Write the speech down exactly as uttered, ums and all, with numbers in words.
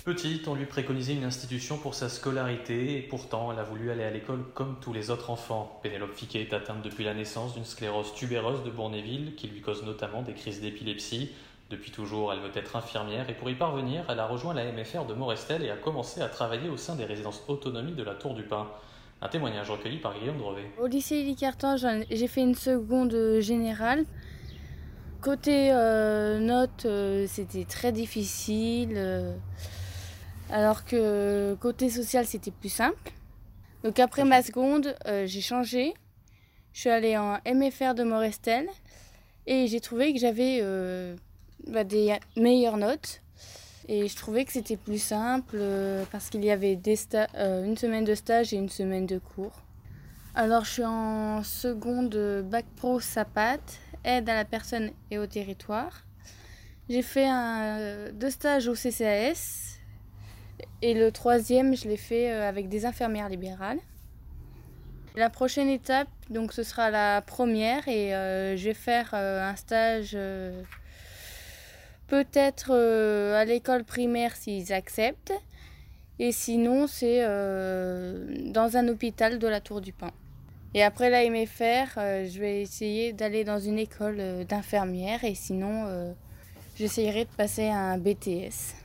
Petite, on lui préconisait une institution pour sa scolarité et pourtant elle a voulu aller à l'école comme tous les autres enfants. Pénélope Fiquet est atteinte depuis la naissance d'une sclérose tubéreuse de Bourneville qui lui cause notamment des crises d'épilepsie. Depuis toujours, elle veut être infirmière et pour y parvenir, elle a rejoint la M F R de Morestel et a commencé à travailler au sein des résidences autonomie de la Tour du Pin. Un témoignage recueilli par Guillaume Drevet. Au lycée Élie Cartan, j'ai fait une seconde générale. Côté euh, notes, euh, c'était très difficile, euh, alors que côté social, c'était plus simple. Donc après ma seconde, euh, j'ai changé. Je suis allée en M F R de Morestel et j'ai trouvé que j'avais euh, bah, des meilleures notes. Et je trouvais que c'était plus simple euh, parce qu'il y avait des sta- euh, une semaine de stage et une semaine de cours. Alors je suis en seconde bac pro SAPAT, aide à la personne et au territoire. J'ai fait un, deux stages au C C A S et le troisième je l'ai fait avec des infirmières libérales. La prochaine étape, donc ce sera la première et euh, je vais faire euh, un stage euh, peut-être euh, à l'école primaire s'ils acceptent et sinon c'est euh, dans un hôpital de la Tour du Pin. Et après la M F R, euh, je vais essayer d'aller dans une école euh, d'infirmière et sinon euh, j'essayerai de passer un B T S.